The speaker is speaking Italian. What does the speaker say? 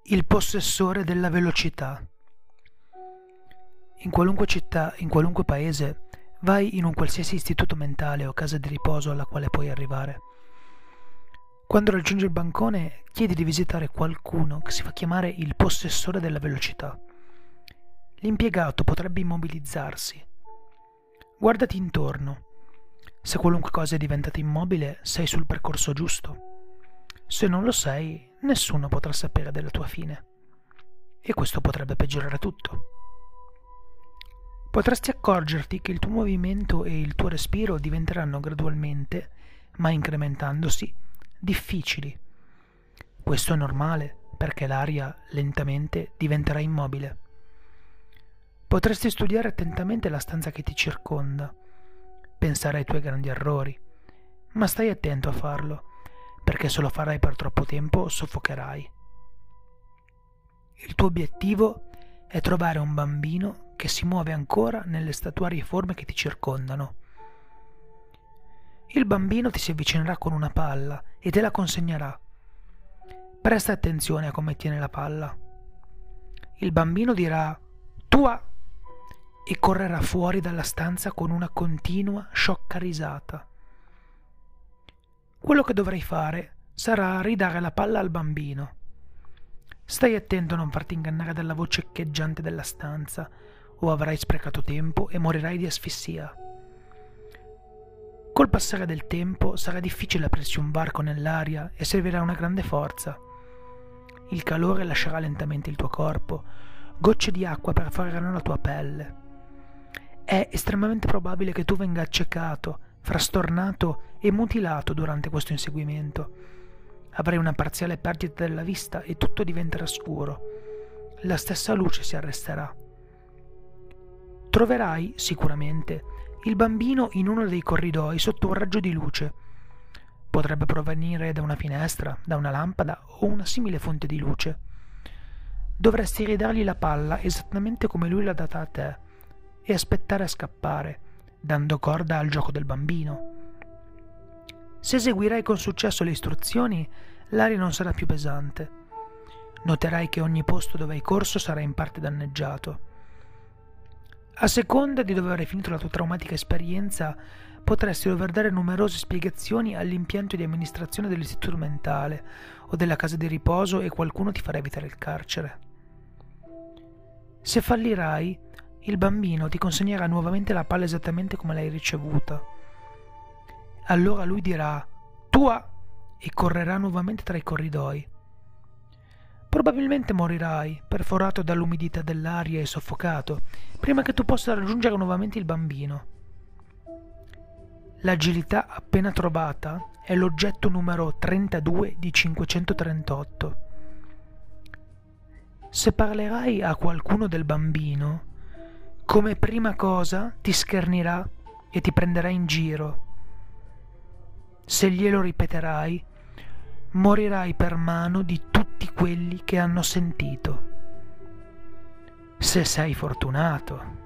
Il possessore della velocità. In qualunque città, in qualunque paese, vai in un qualsiasi istituto mentale o casa di riposo alla quale puoi arrivare. Quando raggiungi il bancone, chiedi di visitare qualcuno che si fa chiamare il possessore della velocità. L'impiegato potrebbe immobilizzarsi. Guardati intorno. Se qualunque cosa è diventata immobile, sei sul percorso giusto. Se non lo sei, nessuno potrà sapere della tua fine. E questo potrebbe peggiorare tutto. Potresti accorgerti che il tuo movimento e il tuo respiro diventeranno gradualmente, ma incrementandosi, difficili. Questo è normale, perché l'aria lentamente diventerà immobile. Potresti studiare attentamente la stanza che ti circonda, pensare ai tuoi grandi errori, ma stai attento a farlo, perché se lo farai per troppo tempo soffocherai. Il tuo obiettivo è trovare un bambino che si muove ancora nelle statuarie forme che ti circondano. Il bambino ti si avvicinerà con una palla e te la consegnerà. Presta attenzione a come tiene la palla. Il bambino dirà "Tua!" e correrà fuori dalla stanza con una continua, sciocca risata. Quello che dovrai fare sarà ridare la palla al bambino. Stai attento a non farti ingannare dalla voce echeggiante della stanza, o avrai sprecato tempo e morirai di asfissia. Col passare del tempo sarà difficile aprirsi un varco nell'aria e servirà una grande forza. Il calore lascerà lentamente il tuo corpo, gocce di acqua perforeranno la tua pelle. È estremamente probabile che tu venga accecato, frastornato e mutilato durante questo inseguimento. Avrai una parziale perdita della vista e tutto diventerà scuro. La stessa luce si arresterà. Troverai, sicuramente, il bambino in uno dei corridoi sotto un raggio di luce. Potrebbe provenire da una finestra, da una lampada o una simile fonte di luce. Dovresti ridargli la palla esattamente come lui l'ha data a te e aspettare a scappare, dando corda al gioco del bambino. Se eseguirai con successo le istruzioni, l'aria non sarà più pesante. Noterai che ogni posto dove hai corso sarà in parte danneggiato. A seconda di dove avrai finito la tua traumatica esperienza, potresti dover dare numerose spiegazioni all'impianto di amministrazione dell'istituto mentale o della casa di riposo e qualcuno ti farà evitare il carcere. Se fallirai, il bambino ti consegnerà nuovamente la palla esattamente come l'hai ricevuta. Allora lui dirà "Tua!" e correrà nuovamente tra i corridoi. Probabilmente morirai, perforato dall'umidità dell'aria e soffocato, prima che tu possa raggiungere nuovamente il bambino. L'agilità appena trovata è l'oggetto numero 32 di 538. Se parlerai a qualcuno del bambino, come prima cosa ti schernirà e ti prenderà in giro. Se glielo ripeterai, morirai per mano di tutti quelli che hanno sentito. Se sei fortunato.